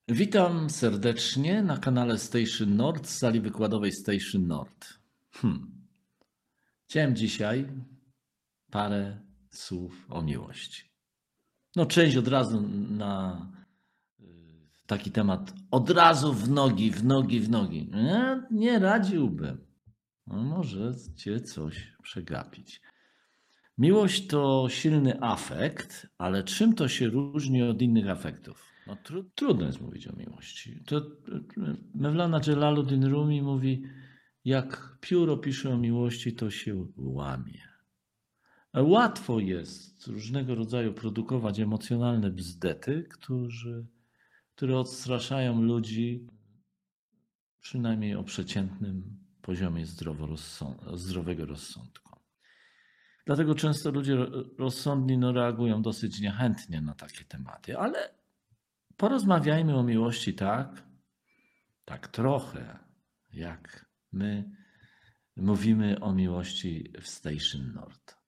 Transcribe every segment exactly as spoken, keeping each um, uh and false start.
Witam serdecznie na kanale Station Nord, z sali wykładowej Station Nord. Hmm. Chciałem dzisiaj parę słów o miłości. No, część od razu na taki temat, od razu w nogi, w nogi, w nogi. Nie, nie radziłbym. No, może cię coś przegapić. Miłość to silny afekt, ale czym to się różni od innych afektów? No, tru, trudno jest mówić o miłości. To, Mevlana Jalaluddin Rumi mówi, jak pióro pisze o miłości, to się łamie. Łatwo jest różnego rodzaju produkować emocjonalne bzdety, którzy, które odstraszają ludzi przynajmniej o przeciętnym poziomie zdrowego rozsądku. Dlatego często ludzie rozsądni no, reagują dosyć niechętnie na takie tematy, ale porozmawiajmy o miłości tak, tak trochę, jak my mówimy o miłości w Station Nord.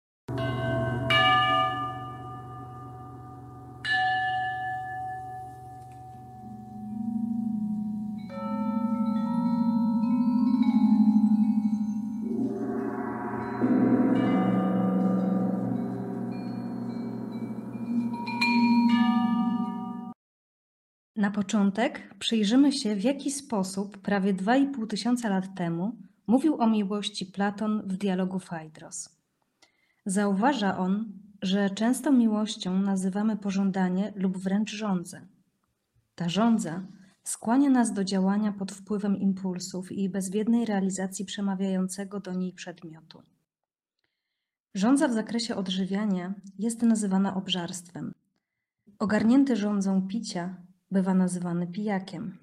Na początek przyjrzymy się, w jaki sposób prawie dwa i pół tysiąca lat temu mówił o miłości Platon w dialogu Faidros. Zauważa on, że często miłością nazywamy pożądanie lub wręcz żądzę. Ta żądza skłania nas do działania pod wpływem impulsów i bezwiednej realizacji przemawiającego do niej przedmiotu. Żądza w zakresie odżywiania jest nazywana obżarstwem. Ogarnięty żądzą picia bywa nazywany pijakiem.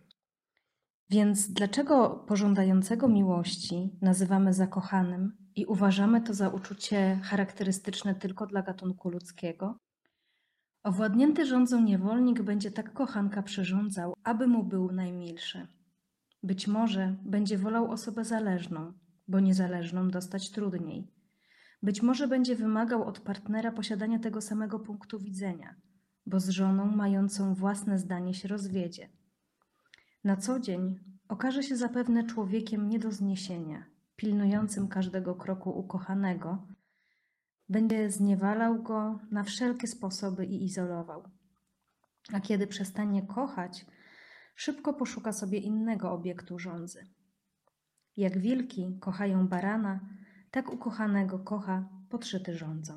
Więc dlaczego pożądającego miłości nazywamy zakochanym i uważamy to za uczucie charakterystyczne tylko dla gatunku ludzkiego? Owładnięty żądzą niewolnik będzie tak kochanka przyrządzał, aby mu był najmilszy. Być może będzie wolał osobę zależną, bo niezależną dostać trudniej. Być może będzie wymagał od partnera posiadania tego samego punktu widzenia, bo z żoną mającą własne zdanie się rozwiedzie. Na co dzień okaże się zapewne człowiekiem nie do zniesienia, pilnującym każdego kroku ukochanego, będzie zniewalał go na wszelkie sposoby i izolował. A kiedy przestanie kochać, szybko poszuka sobie innego obiektu żądzy. Jak wilki kochają barana, tak ukochanego kocha podszyty żądzą.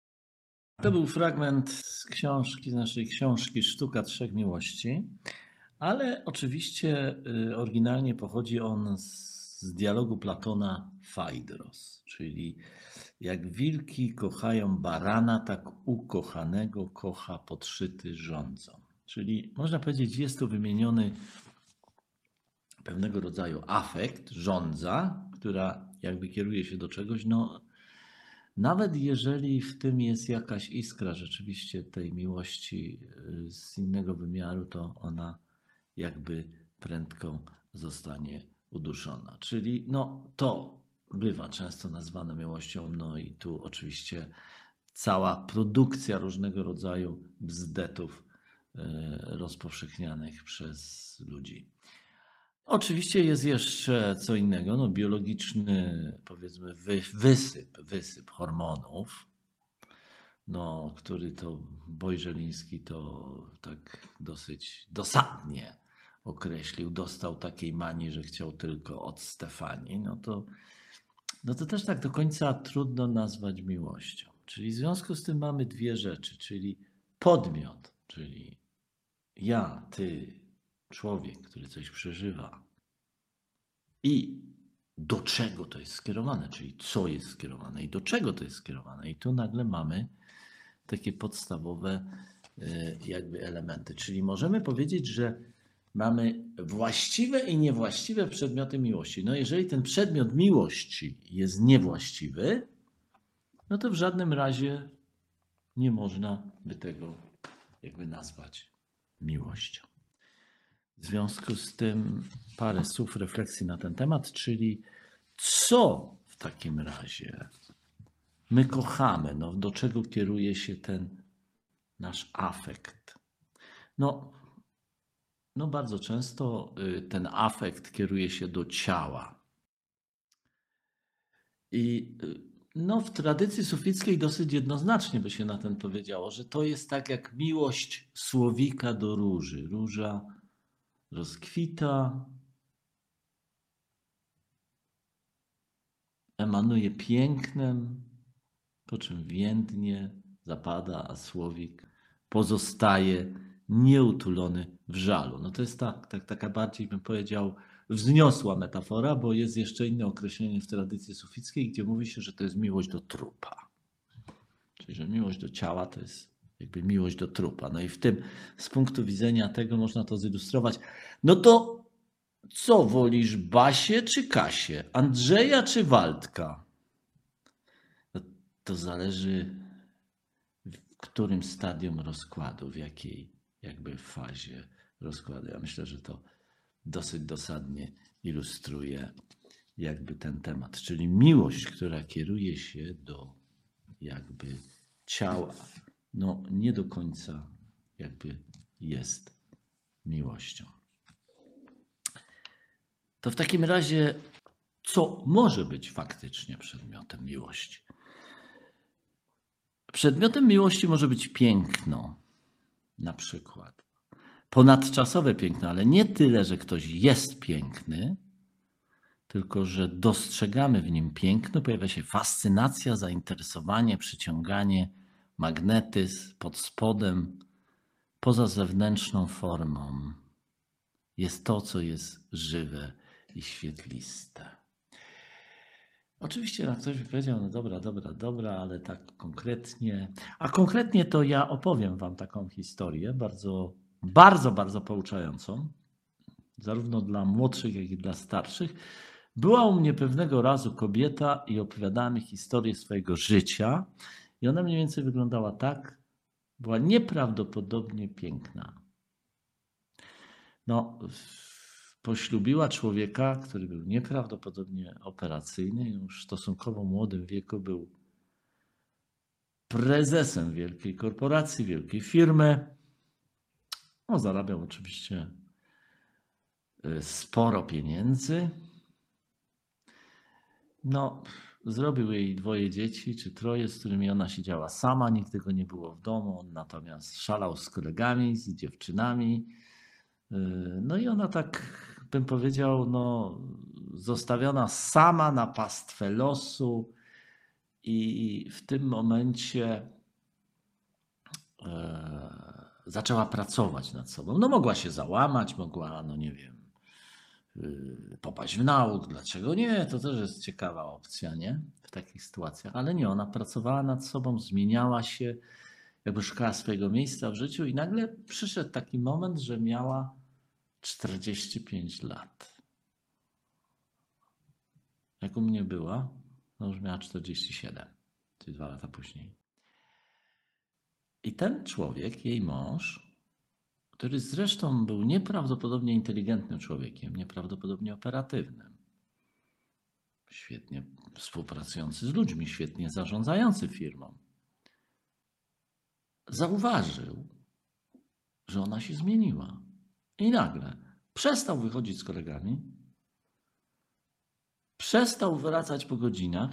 To był fragment z książki, z naszej książki Sztuka Trzech Miłości, ale oczywiście oryginalnie pochodzi on z dialogu Platona Faidros, czyli jak wilki kochają barana, tak ukochanego kocha podszyty żądzą. Czyli można powiedzieć, jest to wymieniony pewnego rodzaju afekt, żądza, która jakby kieruje się do czegoś, no nawet jeżeli w tym jest jakaś iskra rzeczywiście tej miłości z innego wymiaru, to ona jakby prędko zostanie uduszona. Czyli no to bywa często nazwane miłością, no i tu oczywiście cała produkcja różnego rodzaju bzdetów rozpowszechnianych przez ludzi. Oczywiście jest jeszcze co innego, no biologiczny, powiedzmy, wy, wysyp, wysyp hormonów, no, który to Bojżeliński to tak dosyć dosadnie określił, dostał takiej manii, że chciał tylko od Stefanii, no to, no to też tak do końca trudno nazwać miłością. Czyli w związku z tym mamy dwie rzeczy, czyli podmiot, czyli ja, ty, człowiek, który coś przeżywa i do czego to jest skierowane, czyli co jest skierowane i do czego to jest skierowane. I tu nagle mamy takie podstawowe jakby elementy. Czyli możemy powiedzieć, że mamy właściwe i niewłaściwe przedmioty miłości. No jeżeli ten przedmiot miłości jest niewłaściwy, no to w żadnym razie nie można by tego jakby nazwać miłością. W związku z tym parę słów refleksji na ten temat, czyli co w takim razie my kochamy, no do czego kieruje się ten nasz afekt. No no bardzo często ten afekt kieruje się do ciała. I no, w tradycji sufickiej dosyć jednoznacznie by się na ten powiedziało, że to jest tak jak miłość słowika do róży. Róża rozkwita, emanuje pięknem, po czym więdnie, zapada, a słowik pozostaje nieutulony w żalu. No to jest tak, tak, taka bardziej, bym powiedział, wzniosła metafora, bo jest jeszcze inne określenie w tradycji sufickiej, gdzie mówi się, że to jest miłość do trupa. Czyli, że miłość do ciała to jest jakby miłość do trupa. No i w tym, z punktu widzenia tego można to zilustrować. No to co wolisz, Basię czy Kasię? Andrzeja czy Waldka? No, to zależy w którym stadium rozkładu, w jakiej jakby fazie rozkładu. Ja myślę, że to dosyć dosadnie ilustruje jakby ten temat, czyli miłość, która kieruje się do jakby ciała, no nie do końca jakby jest miłością. To w takim razie, co może być faktycznie przedmiotem miłości? Przedmiotem miłości może być piękno, na przykład. Ponadczasowe piękno, ale nie tyle, że ktoś jest piękny, tylko że dostrzegamy w nim piękno, pojawia się fascynacja, zainteresowanie, przyciąganie, magnetyzm pod spodem, poza zewnętrzną formą. Jest to, co jest żywe i świetliste. Oczywiście ktoś by powiedział, no dobra, dobra, dobra, ale tak konkretnie. A konkretnie to ja opowiem wam taką historię, bardzo, bardzo, bardzo pouczającą, zarówno dla młodszych, jak i dla starszych. Była u mnie pewnego razu kobieta i opowiadała mi historię swojego życia i ona mniej więcej wyglądała tak, była nieprawdopodobnie piękna. No, poślubiła człowieka, który był nieprawdopodobnie operacyjny, już w stosunkowo młodym wieku był prezesem wielkiej korporacji, wielkiej firmy. No, zarabiał oczywiście sporo pieniędzy. No, zrobił jej dwoje dzieci, czy troje, z którymi ona siedziała sama, nigdy go nie było w domu, on natomiast szalał z kolegami, z dziewczynami. No i ona tak, bym powiedział, no, zostawiona sama na pastwę losu i w tym momencie e, zaczęła pracować nad sobą. No mogła się załamać, mogła, no nie wiem, popaść w nauk, dlaczego nie, to też jest ciekawa opcja, nie? W takich sytuacjach, ale nie, ona pracowała nad sobą, zmieniała się, jakby szukała swojego miejsca w życiu i nagle przyszedł taki moment, że miała czterdzieści pięć lat. Jak u mnie była, no już miała czterdzieści siedem, czyli dwa lata później. I ten człowiek, jej mąż, który zresztą był nieprawdopodobnie inteligentnym człowiekiem, nieprawdopodobnie operatywnym, świetnie współpracujący z ludźmi, świetnie zarządzający firmą, zauważył, że ona się zmieniła. I nagle przestał wychodzić z kolegami, przestał wracać po godzinach,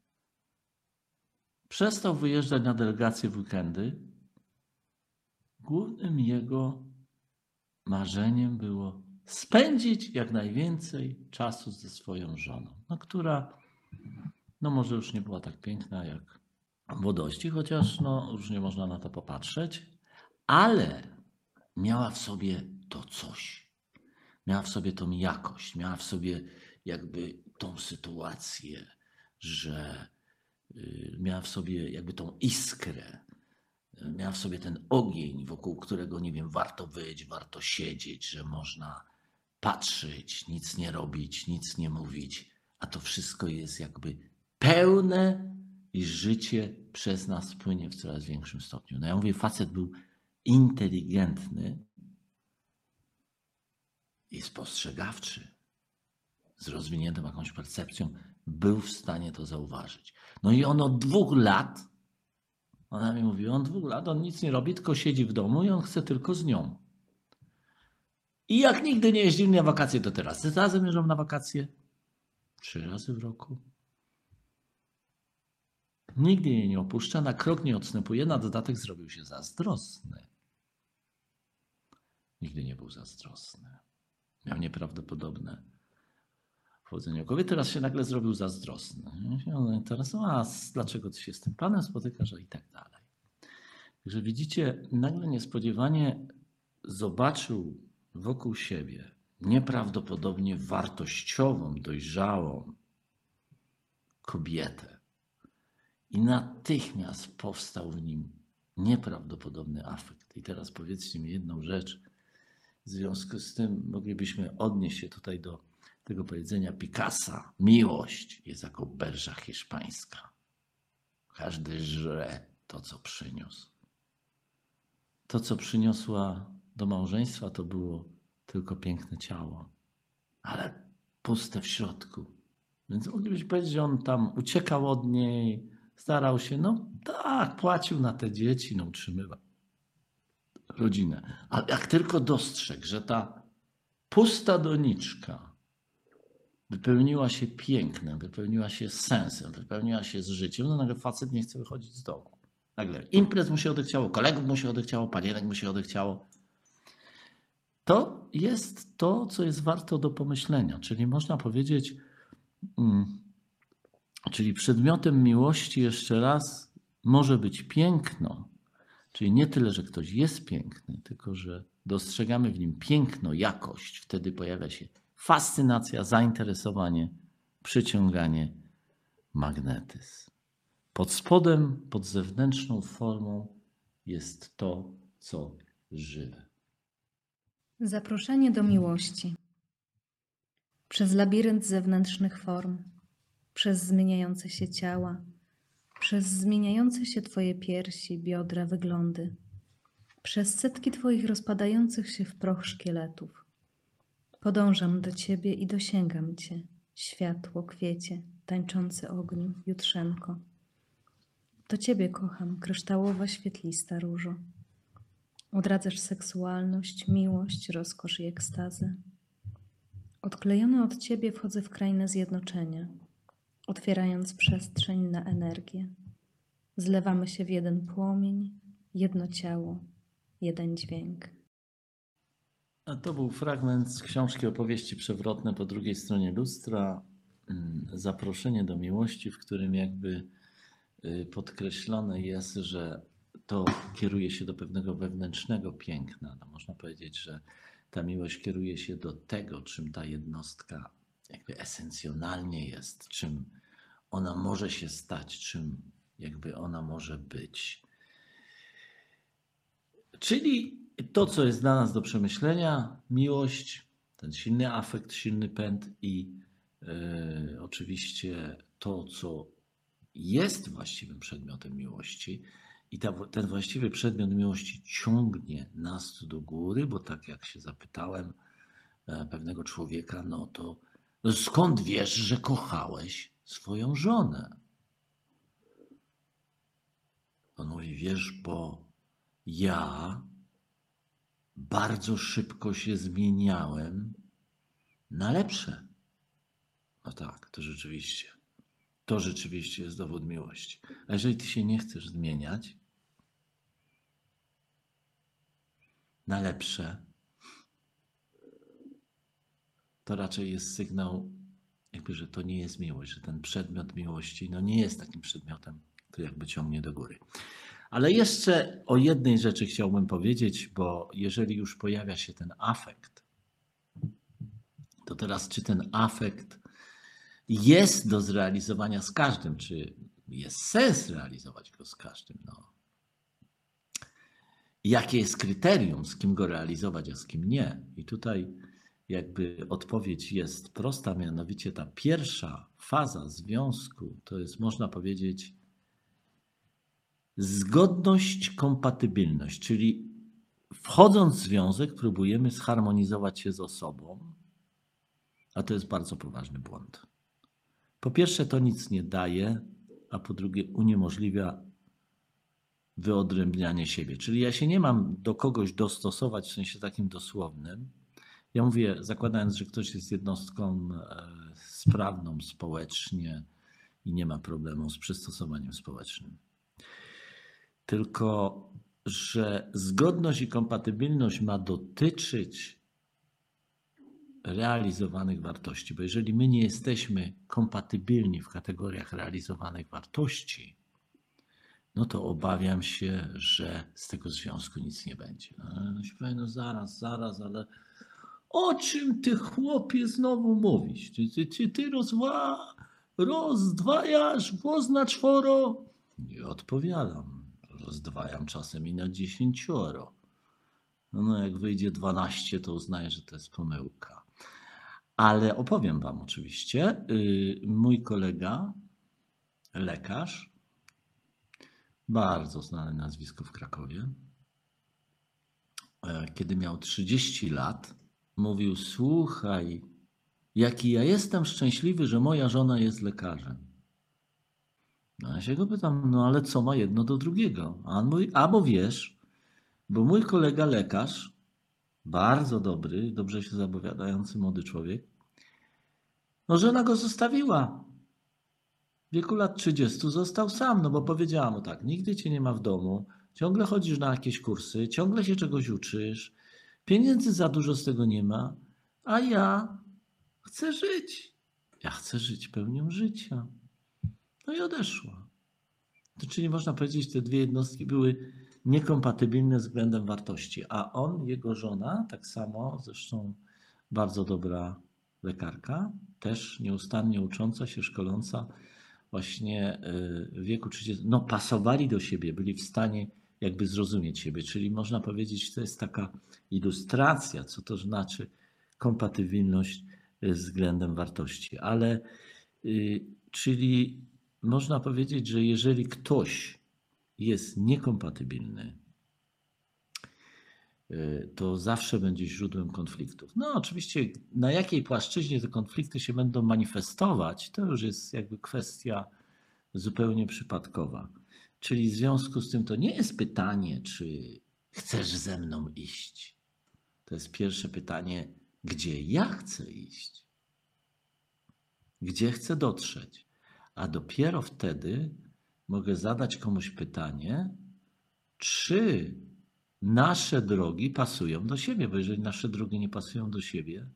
przestał wyjeżdżać na delegacje w weekendy. Głównym jego marzeniem było spędzić jak najwięcej czasu ze swoją żoną, no, która no może już nie była tak piękna jak w młodości, chociaż no, różnie można na to popatrzeć, ale miała w sobie to coś. Miała w sobie tą jakość, miała w sobie jakby tą sytuację, że y, miała w sobie jakby tą iskrę, miała w sobie ten ogień, wokół którego, nie wiem, warto być, warto siedzieć, że można patrzeć, nic nie robić, nic nie mówić, a to wszystko jest jakby pełne i życie przez nas płynie w coraz większym stopniu. No ja mówię, facet był inteligentny i spostrzegawczy, z rozwiniętą jakąś percepcją, był w stanie to zauważyć. No i on od dwóch lat, ona mi mówi, on dwóch lat, on nic nie robi, tylko siedzi w domu i on chce tylko z nią. I jak nigdy nie jeździli na wakacje, to teraz razem jeżdżą na wakacje. Trzy razy w roku. Nigdy jej nie opuszcza, na krok nie odstępuje, na dodatek zrobił się zazdrosny. Nigdy nie był zazdrosny. Miał nieprawdopodobne wchodzenie o kobiety, teraz się nagle zrobił zazdrosny. Ona interesowała, a dlaczego ty się z tym panem spotykasz, i tak dalej. Także widzicie, nagle niespodziewanie zobaczył wokół siebie nieprawdopodobnie wartościową, dojrzałą kobietę. I natychmiast powstał w nim nieprawdopodobny afekt. I teraz powiedzcie mi jedną rzecz. W związku z tym moglibyśmy odnieść się tutaj do tego powiedzenia Picassa. Miłość jest jak oberża hiszpańska. Każdy żre to, co przyniósł. To, co przyniosła do małżeństwa, to było tylko piękne ciało, ale puste w środku. Więc moglibyśmy powiedzieć, że on tam uciekał od niej, starał się, no tak, płacił na te dzieci, no utrzymywał rodzinę. Ale jak tylko dostrzegł, że ta pusta doniczka wypełniła się pięknem, wypełniła się sensem, wypełniła się z życiem, no nagle facet nie chce wychodzić z domu. Nagle imprez mu się odechciało, kolegów mu się odechciało, panienek mu się odechciało. To jest to, co jest warte do pomyślenia. Czyli można powiedzieć, hmm, czyli przedmiotem miłości jeszcze raz może być piękno. Czyli nie tyle, że ktoś jest piękny, tylko że dostrzegamy w nim piękno, jakość. Wtedy pojawia się fascynacja, zainteresowanie, przyciąganie, magnetyzm. Pod spodem, pod zewnętrzną formą jest to, co żywe. Zaproszenie do miłości. Przez labirynt zewnętrznych form, przez zmieniające się ciała, przez zmieniające się Twoje piersi, biodra, wyglądy, przez setki Twoich rozpadających się w proch szkieletów. Podążam do Ciebie i dosięgam Cię, światło, kwiecie, tańczący ogniu, jutrzenko. To Ciebie kocham, kryształowa, świetlista różo. Odradzasz seksualność, miłość, rozkosz i ekstazę. Odklejony od Ciebie wchodzę w krainę zjednoczenia, otwierając przestrzeń na energię. Zlewamy się w jeden płomień, jedno ciało, jeden dźwięk. A to był fragment z książki Opowieści przewrotne po drugiej stronie lustra. Zaproszenie do miłości, w którym jakby podkreślone jest, że to kieruje się do pewnego wewnętrznego piękna. No można powiedzieć, że ta miłość kieruje się do tego, czym ta jednostka jakby esencjonalnie jest, czym ona może się stać, czym jakby ona może być. Czyli to, co jest dla nas do przemyślenia, miłość, ten silny afekt, silny pęd i yy, oczywiście to, co jest właściwym przedmiotem miłości. I ta, ten właściwy przedmiot miłości ciągnie nas do góry, bo tak jak się zapytałem pewnego człowieka, no to skąd wiesz, że kochałeś swoją żonę? On mówi, wiesz, bo ja bardzo szybko się zmieniałem na lepsze. No tak, to rzeczywiście. To rzeczywiście jest dowód miłości. A jeżeli ty się nie chcesz zmieniać na lepsze, to raczej jest sygnał, jakby, że to nie jest miłość, że ten przedmiot miłości no nie jest takim przedmiotem, który jakby ciągnie do góry. Ale jeszcze o jednej rzeczy chciałbym powiedzieć, bo jeżeli już pojawia się ten afekt, to teraz czy ten afekt jest do zrealizowania z każdym, czy jest sens realizować go z każdym? No. Jakie jest kryterium, z kim go realizować, a z kim nie? I tutaj jakby odpowiedź jest prosta, mianowicie ta pierwsza faza związku to jest, można powiedzieć, zgodność, kompatybilność, czyli wchodząc w związek próbujemy zharmonizować się z osobą, a to jest bardzo poważny błąd. Po pierwsze, to nic nie daje, a po drugie uniemożliwia wyodrębnianie siebie. Czyli ja się nie mam do kogoś dostosować w sensie takim dosłownym, Ja mówię, zakładając, że ktoś jest jednostką sprawną społecznie i nie ma problemu z przystosowaniem społecznym. Tylko, że zgodność i kompatybilność ma dotyczyć realizowanych wartości, bo jeżeli my nie jesteśmy kompatybilni w kategoriach realizowanych wartości, no to obawiam się, że z tego związku nic nie będzie. No, no zaraz, zaraz, ale o czym ty, chłopie, znowu mówisz? Ty, ty, ty, ty rozła, rozdwajasz głos na czworo? Nie odpowiadam. Rozdwajam czasem i na dziesięcioro. No, no jak wyjdzie dwanaście, to uznaję, że to jest pomyłka. Ale opowiem wam oczywiście. Mój kolega, lekarz, bardzo znane nazwisko w Krakowie, kiedy miał trzydzieści lat, mówił: słuchaj, jaki ja jestem szczęśliwy, że moja żona jest lekarzem. No ja się go pytam, no ale co ma jedno do drugiego? A on mówi, a bo wiesz, bo mój kolega lekarz, bardzo dobry, dobrze się zapowiadający młody człowiek, no żona go zostawiła. W wieku lat trzydziestu został sam, no bo powiedziała mu tak: nigdy cię nie ma w domu, ciągle chodzisz na jakieś kursy, ciągle się czegoś uczysz, pieniędzy za dużo z tego nie ma, a ja chcę żyć. Ja chcę żyć pełnią życia. No i odeszła. To czyli można powiedzieć, że te dwie jednostki były niekompatybilne względem wartości, a on, jego żona, tak samo, zresztą bardzo dobra lekarka, też nieustannie ucząca się, szkoląca, właśnie w wieku trzydziestu, no pasowali do siebie, byli w stanie jakby zrozumieć siebie, czyli można powiedzieć, że to jest taka ilustracja, co to znaczy kompatybilność względem wartości, ale czyli można powiedzieć, że jeżeli ktoś jest niekompatybilny, to zawsze będzie źródłem konfliktów. No oczywiście na jakiej płaszczyźnie te konflikty się będą manifestować, to już jest jakby kwestia zupełnie przypadkowa. Czyli w związku z tym to nie jest pytanie, czy chcesz ze mną iść. To jest pierwsze pytanie, gdzie ja chcę iść, gdzie chcę dotrzeć. A dopiero wtedy mogę zadać komuś pytanie, czy nasze drogi pasują do siebie, bo jeżeli nasze drogi nie pasują do siebie,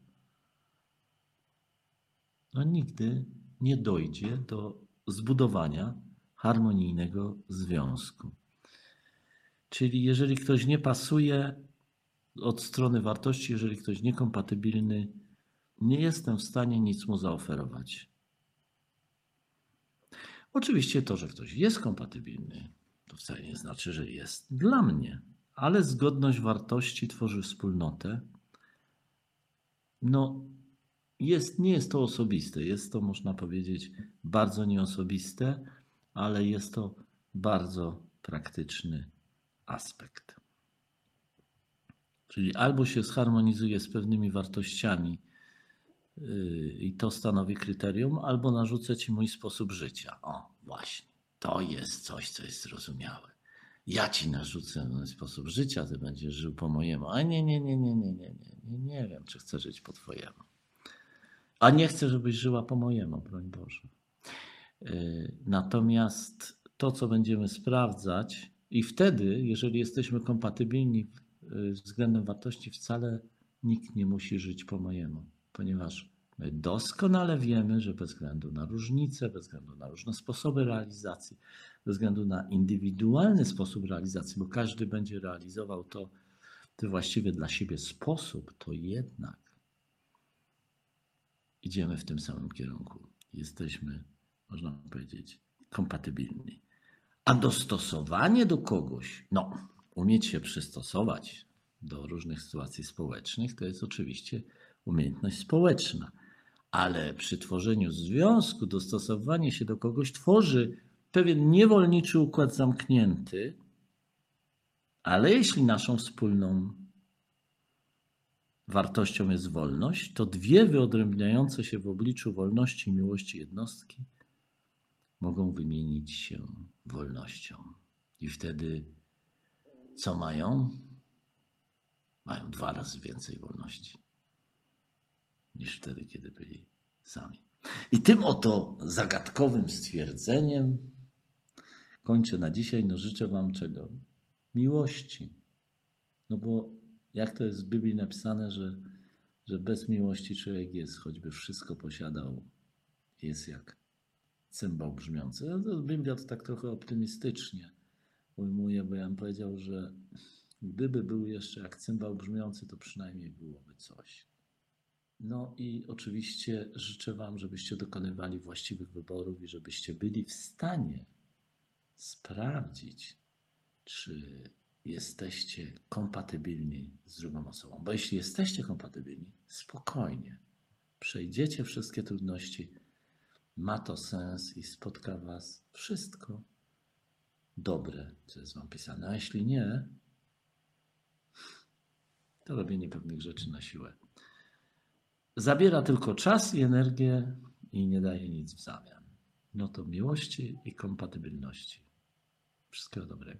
no nigdy nie dojdzie do zbudowania harmonijnego związku. Czyli jeżeli ktoś nie pasuje od strony wartości, jeżeli ktoś niekompatybilny, nie jestem w stanie nic mu zaoferować. Oczywiście to, że ktoś jest kompatybilny, to wcale nie znaczy, że jest dla mnie, ale zgodność wartości tworzy wspólnotę. No, jest, nie jest to osobiste, jest to, można powiedzieć, bardzo nieosobiste, ale jest to bardzo praktyczny aspekt. Czyli albo się zharmonizuje z pewnymi wartościami i to stanowi kryterium, albo narzucę ci mój sposób życia. O, właśnie, to jest coś, co jest zrozumiałe. Ja ci narzucę mój sposób życia, ty będziesz żył po mojemu. A nie, nie, nie, nie, nie, nie, nie, nie, nie wiem, czy chcę żyć po twojemu. A nie chcę, żebyś żyła po mojemu, broń Boże. Natomiast to, co będziemy sprawdzać, i wtedy, jeżeli jesteśmy kompatybilni względem wartości, wcale nikt nie musi żyć po mojemu, ponieważ my doskonale wiemy, że bez względu na różnice, bez względu na różne sposoby realizacji, bez względu na indywidualny sposób realizacji, bo każdy będzie realizował to w właściwie dla siebie sposób, to jednak idziemy w tym samym kierunku. Jesteśmy, można powiedzieć, kompatybilni. A dostosowanie do kogoś, no, umieć się przystosować do różnych sytuacji społecznych, to jest oczywiście umiejętność społeczna. Ale przy tworzeniu związku, dostosowanie się do kogoś tworzy pewien niewolniczy układ zamknięty, ale jeśli naszą wspólną wartością jest wolność, to dwie wyodrębniające się w obliczu wolności i miłości jednostki mogą wymienić się wolnością. I wtedy co mają? Mają dwa razy więcej wolności. niż wtedy, kiedy byli sami. I tym oto zagadkowym stwierdzeniem kończę na dzisiaj. No życzę wam czego? Miłości. No bo jak to jest w Biblii napisane, że, że bez miłości człowiek jest, choćby wszystko posiadał, jest jak cymbał brzmiący. No to Biblia to tak trochę optymistycznie ujmuje, bo ja bym powiedział, że gdyby był jeszcze jak cymbał brzmiący, to przynajmniej byłoby coś. No i oczywiście życzę wam, żebyście dokonywali właściwych wyborów i żebyście byli w stanie sprawdzić, czy jesteście kompatybilni z drugą osobą. Bo jeśli jesteście kompatybilni, spokojnie przejdziecie wszystkie trudności, ma to sens i spotka was wszystko dobre, co jest wam pisane. A jeśli nie, to robienie pewnych rzeczy na siłę zabiera tylko czas i energię i nie daje nic w zamian. No to miłości i kompatybilności. Wszystkiego dobrego.